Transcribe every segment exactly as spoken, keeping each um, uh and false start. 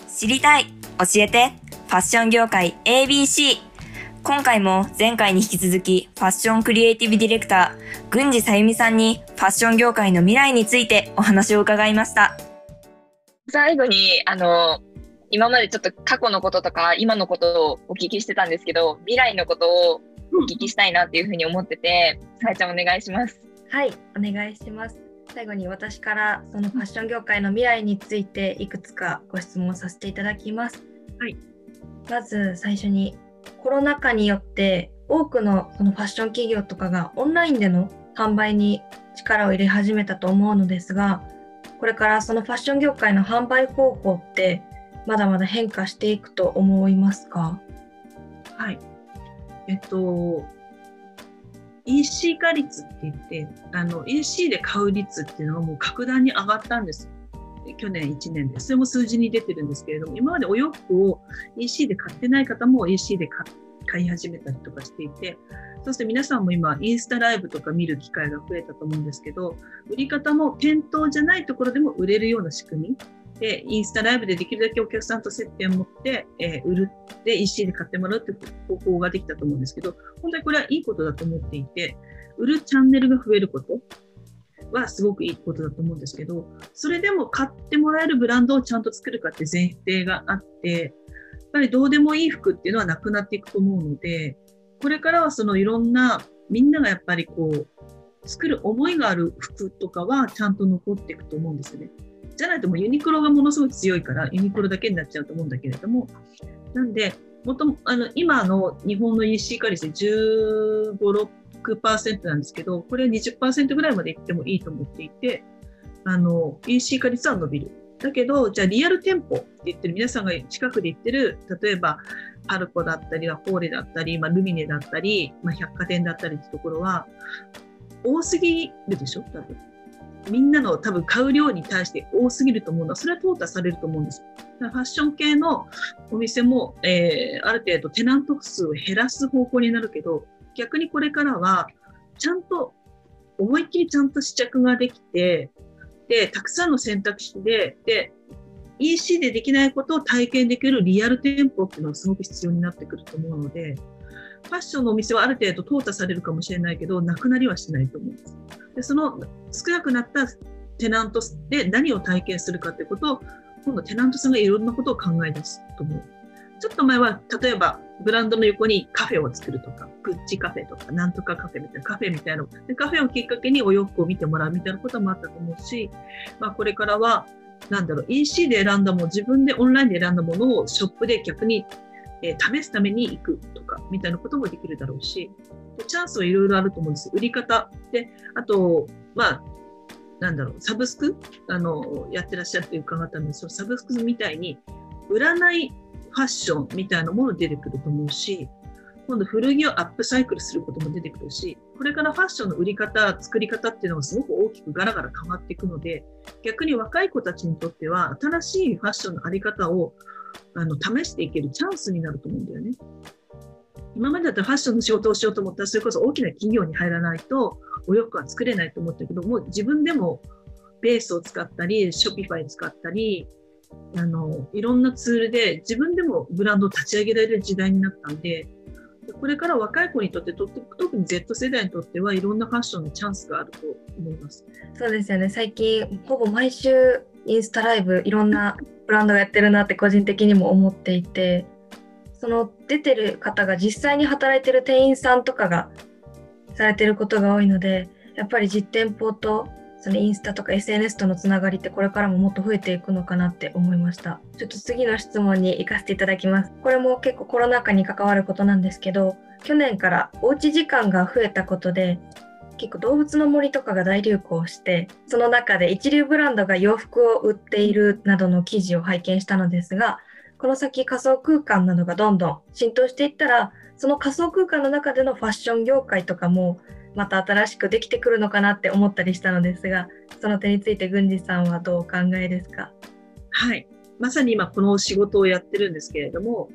知りたい、教えて、ファッション業界 エービーシー。今回も前回に引き続きファッションクリエイティブディレクター、郡司さゆみさんにファッション業界の未来についてお話を伺いました。 最後に、あの、今までちょっと過去のこととか今のことをお聞きしてたんですけど、未来のことをお聞きしたいなっていうふうに思ってて、さえちゃんお願いします。 はい、お願いします。最後に私からそのファッション業界の未来についていくつかご質問させていただきます。 はい。 まず最初に、コロナ禍によって多くのそのファッション企業とかがオンラインでの販売に力を入れ始めたと思うのですが、これからそのファッション業界の販売方法ってまだまだ変化していくと思いますか？ はい。えっと、イーシー 化率って言って、あの イーシー で買う率っていうのはもう格段に上がったんです。去年いちねんで。それも数字に出てるんですけれども、今までお洋服を イーシー で買ってない方も イーシー で買い始めたりとかしていて、そして皆さんも今インスタライブとか見る機会が増えたと思うんですけど、売り方も店頭じゃないところでも売れるような仕組みで、インスタライブでできるだけお客さんと接点を持って、えー、売るで イーシー で買ってもらうって方法ができたと思うんですけど、本当にこれはいいことだと思っていて、売るチャンネルが増えることはすごくいいことだと思うんですけど、それでも買ってもらえるブランドをちゃんと作るかって前提があって、やっぱりどうでもいい服っていうのはなくなっていくと思うので、これからはそのいろんなみんながやっぱりこう作る思いがある服とかはちゃんと残っていくと思うんですよね。じゃないともうユニクロがものすごく強いからユニクロだけになっちゃうと思うんだけれども、なんでもともあの今の日本の イーシー 化率でじゅうご、ろくパーセント なんですけど、これ にじゅっパーセント ぐらいまでいってもいいと思っていて、あの イーシー 化率は伸びる。だけど、じゃあリアル店舗って言ってる皆さんが近くで行ってる、例えばパルコだったり、フォーレだったり、まあ、ルミネだったり、まあ、百貨店だったりってところは多すぎるでしょ、多分。みんなの多分買う量に対して多すぎると思うのは、それは淘汰されると思うんです。だからファッション系のお店も、えー、ある程度テナント数を減らす方向になるけど、逆にこれからはちゃんと思いっきりちゃんと試着ができて、でたくさんの選択肢で、で イーシー でできないことを体験できるリアル店舗っていうのがすごく必要になってくると思うので、ファッションのお店はある程度淘汰されるかもしれないけど、なくなりはしないと思うんです。でその少なくなったテナントで何を体験するかということを、今度テナントさんがいろんなことを考え出すと思う。ちょっと前は例えばブランドの横にカフェを作るとか、グッチカフェとかなんとかカフェみたいなカフェみたいなで、カフェをきっかけにお洋服を見てもらうみたいなこともあったと思うし、まあ、これからはなんだろう イーシー で選んだもの、自分でオンラインで選んだものをショップで逆に、えー、試すために行くとかみたいなこともできるだろうし、チャンスはいろいろあると思うんです。売り方で、あとまあなんだろうサブスクあのやってらっしゃるって伺ったんですけど、サブスクみたいに売らないファッションみたいなもの出てくると思うし、今度古着をアップサイクルすることも出てくるし、これからファッションの売り方、作り方っていうのがすごく大きくガラガラ変わっていくので、逆に若い子たちにとっては新しいファッションのあり方をあの試していけるチャンスになると思うんだよね。今までだったらファッションの仕事をしようと思ったら、それこそ大きな企業に入らないとお洋服は作れないと思ったけど、もう自分でもベースを使ったり、ショピファイ使ったり、あのいろんなツールで自分でもブランドを立ち上げられる時代になったんで、これから若い子にとって、特に Z 世代にとってはいろんなファッションのチャンスがあると思います。 そうですよね。最近ほぼ毎週インスタライブいろんなブランドがやってるなって個人的にも思っていて、その出てる方が実際に働いてる店員さんとかがされてることが多いので、やっぱり実店舗とそのインスタとか エスエヌエス とのつながりってこれからももっと増えていくのかなって思いました。ちょっと次の質問に行かせていただきます。これも結構コロナ禍に関わることなんですけど、去年からおうち時間が増えたことで結構動物の森とかが大流行して、その中で一流ブランドが洋服を売っているなどの記事を拝見したのですが、この先仮想空間などがどんどん浸透していったら、その仮想空間の中でのファッション業界とかもまた新しくできてくるのかなって思ったりしたのですが、その点について郡司さんはどうお考えですか？ はい、まさに今この仕事をやってるんですけれども、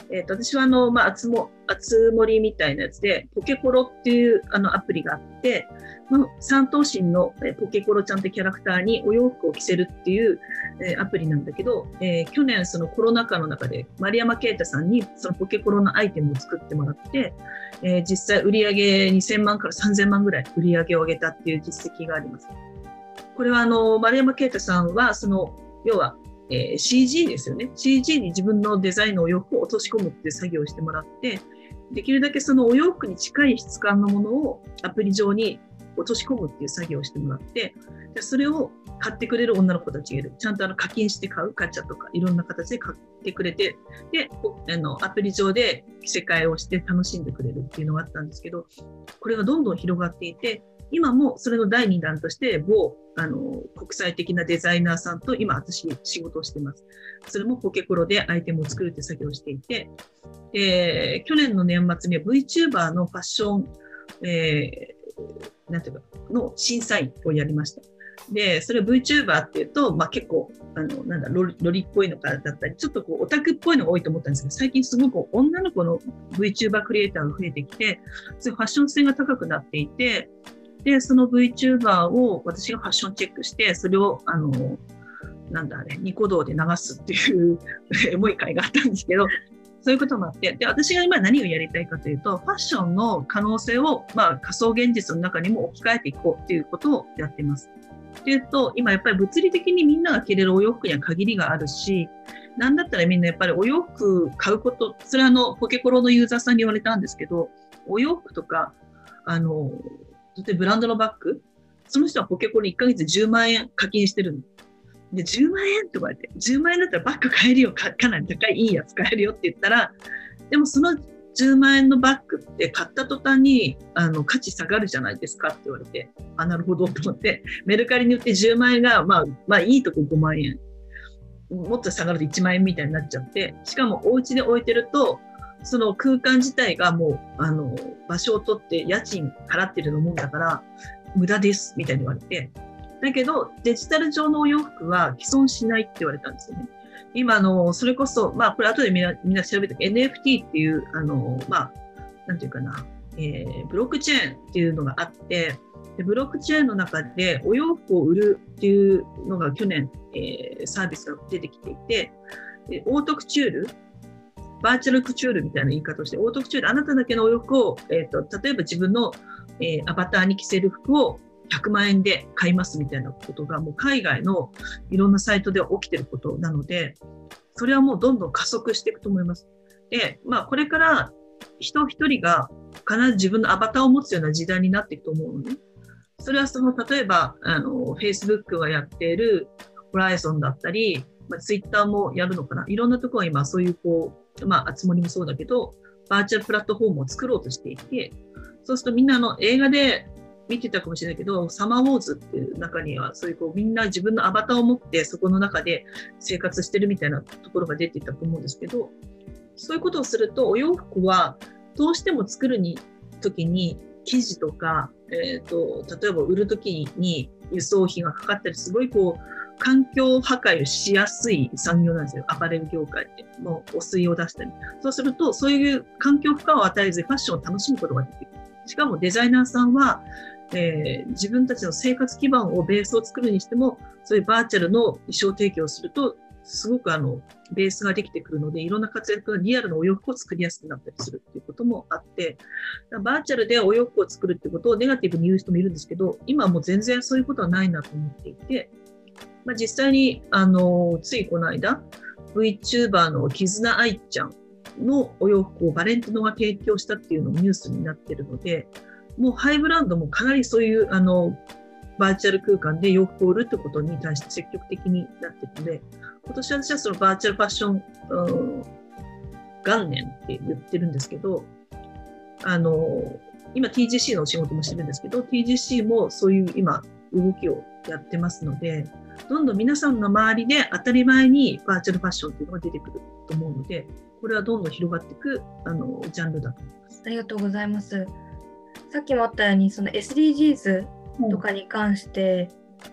えー、と私はあの、まあ、あつも、あつ森みたいなやつで、ポケコロっていうあのアプリがあって、まあ、三頭身のえーポケコロちゃんってキャラクターにお洋服を着せるっていう、えーアプリなんだけど、えー去年そのコロナ禍の中で丸山啓太さんにそのポケコロのアイテムを作ってもらって、えー実際売り上げにせんまんからさんぜんまんぐらい売り上げを上げたっていう実績があります。これはあの丸山啓太さんはその要はえー シージー ですよね。シージー に自分のデザインのお洋服を落とし込むっていう作業をしてもらって、できるだけそのお洋服に近い質感のものをアプリ上に落とし込むっていう作業をしてもらって、でそれを買ってくれる女の子たちがいる。ちゃんとあの課金して買うガチャとかいろんな形で買ってくれて、で、あのアプリ上で着せ替えをして楽しんでくれるっていうのがあったんですけど、これがどんどん広がっていて、今もそれのだいにだんとして某あの国際的なデザイナーさんと今私仕事をしています。それもポケコロでアイテムを作るって作業をしていて、で去年の年末には VTuber のファッション、えー、なんていうかの審査員をやりました。でそれ VTuber っていうと、まあ、結構あのなんだ ロ, ロリっぽいのかだったりちょっとこうオタクっぽいのが多いと思ったんですけど、最近すごく女の子の VTuber クリエイターが増えてきて、そういうファッション性が高くなっていて、でその VTuber を私がファッションチェックして、それをあのなんだあれニコ動で流すっていうエモい会があったんですけど、そういうこともあって、で私が今何をやりたいかというと、ファッションの可能性を、まあ、仮想現実の中にも置き換えていこうっていうことをやっています。っていうと、今やっぱり物理的にみんなが着れるお洋服には限りがあるし、なんだったらみんなやっぱりお洋服買うこと、それはあのポケコロのユーザーさんに言われたんですけど、お洋服とかあの例えばブランドのバッグ、その人はポケコロいっかげつじゅうまんえん課金してるの。で、じゅうまんえんって言われて、じゅうまんえんだったらバッグ買えるよ、か, かなり高いいいやつ買えるよって言ったら、でもそのじゅうまんえんのバッグって買った途端にあの価値下がるじゃないですかって言われて、あ、なるほどと思って、メルカリに売ってじゅうまんえんが、まあ、まあいいとこごまんえん。もっと下がるといちまんえんみたいになっちゃって、しかもお家で置いてると、その空間自体がもうあの場所を取って家賃払ってるのもんだから無駄ですみたいに言われて、だけどデジタル上のお洋服は既存しないって言われたんですよね。今のそれこそ、まあこれ後でみんなみんな調べて エヌエフティー っていうあのまあなんていうかな、えー、ブロックチェーンっていうのがあって、でブロックチェーンの中でお洋服を売るっていうのが去年、えー、サービスが出てきていて、でオートクチュール、バーチャルクチュールみたいな言い方をして、オートクチュール、あなただけのお洋服を、えーと、例えば自分の、えー、アバターに着せる服をひゃくまんえんで買いますみたいなことがもう海外のいろんなサイトで起きてることなので、それはもうどんどん加速していくと思います。で、まあこれから人一人が必ず自分のアバターを持つような時代になっていくと思うのね。それはその例えばあの Facebook がやっているホライゾンだったり、まあ、Twitter もやるのかな。いろんなところが今そういうこう、まあ、あつ森もそうだけど、バーチャルプラットフォームを作ろうとしていて、そうするとみんなの映画で見てたかもしれないけど、サマーウォーズっていう中には、そういうこうみんな自分のアバターを持ってそこの中で生活してるみたいなところが出ていたと思うんですけど、そういうことをすると、お洋服はどうしても作るに時に生地とか、えーと、例えば売る時に輸送費がかかったり、すごいこう、環境破壊をしやすい産業なんですよ。アパレル業界って。もう汚水を出したり。そうすると、そういう環境負荷を与えずファッションを楽しむことができる。しかもデザイナーさんは、えー、自分たちの生活基盤をベースを作るにしても、そういうバーチャルの衣装提供をすると、すごくあの、ベースができてくるので、いろんな活躍がリアルなお洋服を作りやすくなったりするっていうこともあって、バーチャルでお洋服を作るってことをネガティブに言う人もいるんですけど、今はもう全然そういうことはないなと思っていて、まあ、実際に、あの、ついこの間、VTuber の絆愛ちゃんのお洋服をバレンティノが提供したっていうのもニュースになっているので、もうハイブランドもかなりそういう、あの、バーチャル空間で洋服を売るってことに対して積極的になっているので、今年私はそのバーチャルファッション、うん、元年って言ってるんですけど、あの、今 ティージーシー のお仕事もしてるんですけど、ティージーシー もそういう今動きをやってますので、どんどん皆さんの周りで当たり前にバーチャルファッションっていうのが出てくると思うので、これはどんどん広がっていくあのジャンルだと思います。 ありがとうございます。さっきもあったようにその エスディージーズ とかに関して、うん、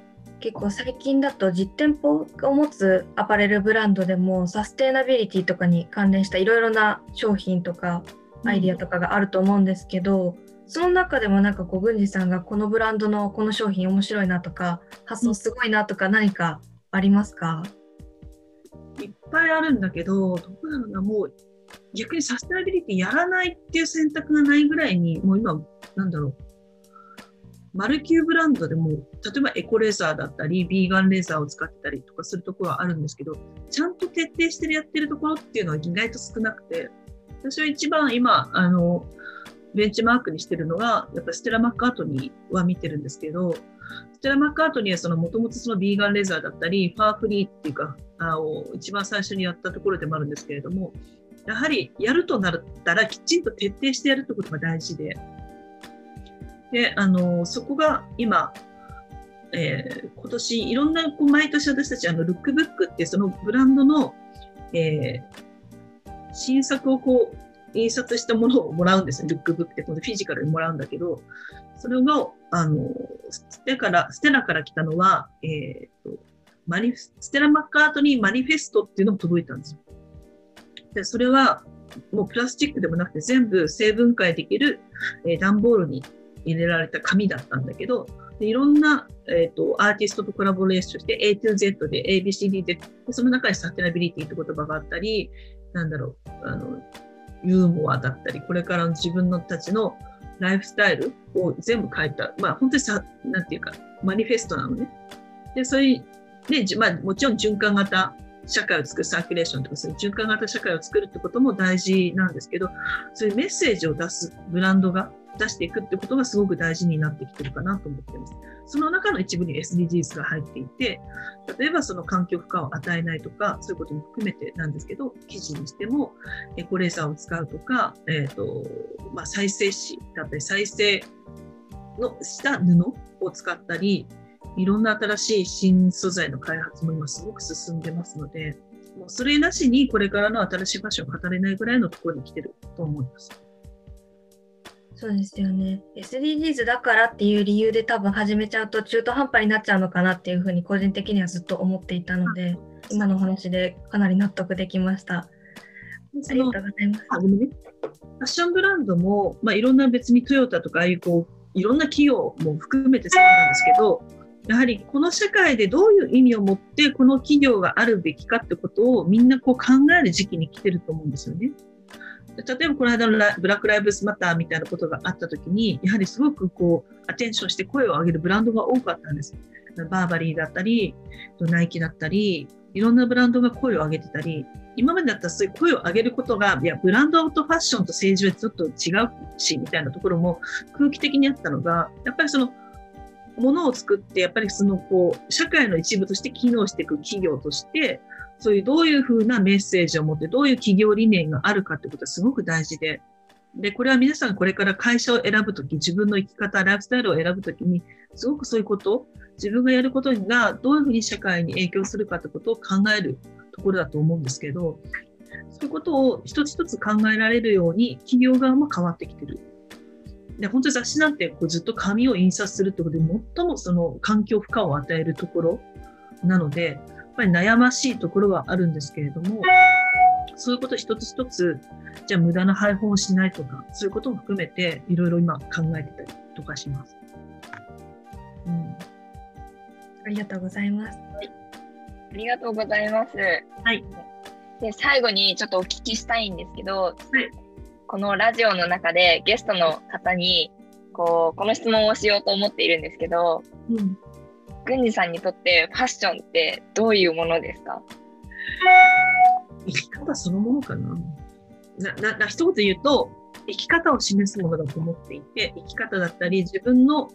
結構最近だと実店舗を持つアパレルブランドでもサステナビリティとかに関連したいろいろな商品とかアイディアとかがあると思うんですけど、うん、その中でもなんかこう郡司さんがこのブランドのこの商品面白いなとか発想すごいなとか何かありますか？ いっぱいあるんだけど、どこだろうな、もう逆にサステナビリティやらないっていう選択がないぐらいに、もう今なんだろう、マルキューブランドでも例えばエコレザーだったりビーガンレザーを使ってたりとかするところはあるんですけど、ちゃんと徹底してやってるところっていうのは意外と少なくて、私は一番今あのベンチマークにしてるのがやっぱりステラ・マッカートニーは見てるんですけど、ステラ・マッカートニーはもともとそのビーガンレザーだったりファーフリーっていうかあを一番最初にやったところでもあるんですけれども、やはりやるとなったらきちんと徹底してやるってことが大事で、であのそこが今、えー、今年いろんなこう毎年私たちあのルックブックってそのブランドの、えー、新作をこう印刷したものをもらうんですよ。ルックブックってフィジカルにもらうんだけど、それがあのステからステラから来たのは、えー、とマニステラ・マッカートニーマニフェストっていうのも届いたんですよ。でそれはもうプラスチックでもなくて全部成分解できる、えー、段ボールに入れられた紙だったんだけど、でいろんな、えー、とアーティストとコラボレーションして エートゥーゼット で エービーシーディー で、でその中にサステナビリティって言葉があったり、なんだろう、あのユーモアだったり、これからの自分のたちのライフスタイルを全部書いた、まあ本当にさ、なんていうか、マニフェストなのね。で、それで、まあもちろん循環型社会を作る、サーキュレーションとかそういう循環型社会を作るってことも大事なんですけど、そういうメッセージを出すブランドが出していくってことがすごく大事になってきてるかなと思っています。その中の一部に エスディージーズ が入っていて、例えばその環境負荷を与えないとか、そういうことも含めてなんですけど、生地にしてもエコレーザーを使うとか、えーとまあ、再生紙だったり再生のした布を使ったり、いろんな新しい新素材の開発も今すごく進んでますので、もうそれなしにこれからの新しいファッションを語れないぐらいのところに来てると思います。 そうですよね。エスディージーズ だからっていう理由で多分始めちゃうと中途半端になっちゃうのかなっていうふうに個人的にはずっと思っていたので、今のお話でかなり納得できました。ありがとうございます。 あ、ごめんね。ファッションブランドも、まあ、いろんな別にトヨタとかああいうこういろんな企業も含めてそうなんですけど、やはりこの社会でどういう意味を持ってこの企業があるべきかってことをみんなこう考える時期に来てると思うんですよね。例えばこの間のブラックライブズマターみたいなことがあったときに、やはりすごくこうアテンションして声を上げるブランドが多かったんです。バーバリーだったり、ナイキだったり、いろんなブランドが声を上げてたり、今までだったらそういう声を上げることが、いや、ブランドとファッションと政治はちょっと違うし、みたいなところも空気的にあったのが、やっぱりその、ものを作って、やっぱりそのこう、社会の一部として機能していく企業として、そういうどういうふうなメッセージを持って、どういう企業理念があるかってことはすごく大事で、で、これは皆さんこれから会社を選ぶとき、自分の生き方、ライフスタイルを選ぶときに、すごくそういうこと、自分がやることがどういうふうに社会に影響するかってことを考えるところだと思うんですけど、そういうことを一つ一つ考えられるように企業側も変わってきてる。で、本当に雑誌なんてこうずっと紙を印刷するってことで最もその環境負荷を与えるところなので、やっぱり悩ましいところはあるんですけれども、そういうこと一つ一つ、じゃあ無駄な配本をしないとか、そういうことも含めていろいろ今考えてたりとかします。 うん、ありがとうございます。 はい、ありがとうございます。 はい。 で、最後にちょっとお聞きしたいんですけど、 はい、 このラジオの中でゲストの方にこうこの質問をしようと思っているんですけど、うん、郡司さんにとってファッションってどういうものですか？ 生き方そのものかな。な、な、な一言言うと、生き方を示すものだと思っていて、生き方だったり、自分の、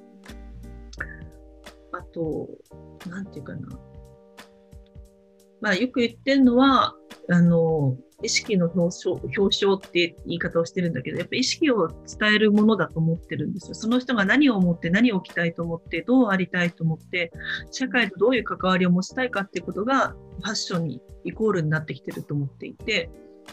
あと、なんていうかな。まあ、よく言ってるのは、あの、意識の表彰、表彰って言い方をしてるんだけど、やっぱり意識を伝えるものだと思ってるんですよ。その人が何を思って、何を置きたいと思って、どうありたいと思って、社会とどういう関わりを持ちたいかっていうことが、ファッションにイコールになってきてると思っていて、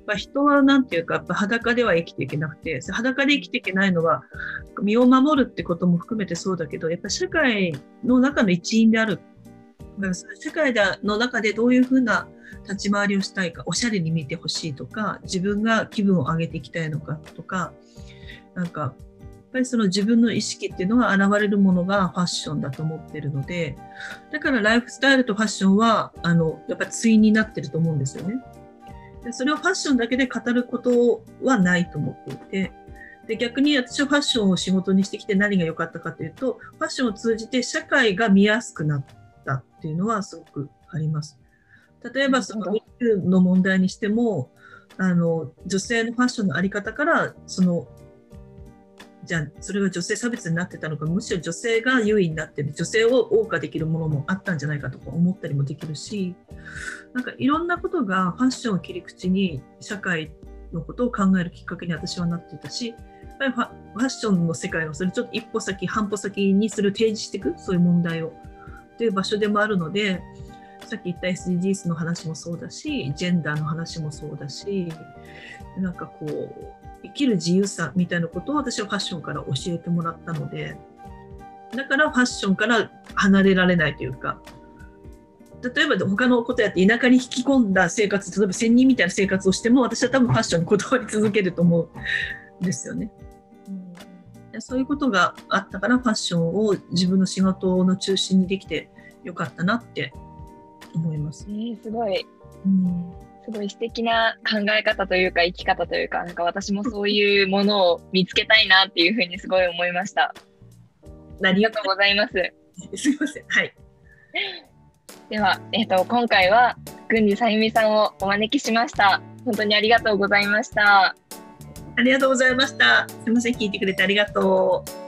ぱ人はなんていうか、やっぱ裸では生きていけなくて、裸で生きていけないのは、身を守るってことも含めてそうだけど、やっぱり社会の中の一員である。だから社会の中でどういうふうな立ち回りをしたいか、おしゃれに見てほしいとか、自分が気分を上げていきたいのかとか、なんか、やっぱりその自分の意識っていうのが現れるものがファッションだと思ってるので、だからライフスタイルとファッションは、あの、やっぱり対になってると思うんですよね。でそれをファッションだけで語ることはないと思っていて、で逆に私はファッションを仕事にしてきて何が良かったかというと、ファッションを通じて社会が見やすくなったっていうのはすごくあります。例えばそのミートゥーの問題にしても、あの女性のファッションのあり方からそのじゃあそれが女性差別になってたのか、むしろ女性が優位になってる、女性を謳歌できるものもあったんじゃないかとか思ったりもできるし、なんかいろんなことがファッションを切り口に社会のことを考えるきっかけに私はなっていたし、やっぱりファファッションの世界をそれちょっと一歩先半歩先にする提示していく、そういう問題をという場所でもあるので、さっき言った エスディージーズ の話もそうだし、ジェンダーの話もそうだし、なんかこう生きる自由さみたいなことを私はファッションから教えてもらったので、だからファッションから離れられないというか、例えば他のことやって田舎に引き込んだ生活、例えば仙人みたいな生活をしても、私は多分ファッションにこだわり続けると思うんですよね。うん、そういうことがあったからファッションを自分の仕事の中心にできてよかったなって思います。 えー、すごい。 うんすごい素敵な考え方というか生き方というか、なんか私もそういうものを見つけたいなっていうふうにすごい思いました。ありがとうございます。 すいません。はい。 では、えっと、今回は郡司さゆみさんをお招きしました。本当にありがとうございました。 ありがとうございました。すいません、聞いてくれてありがとう。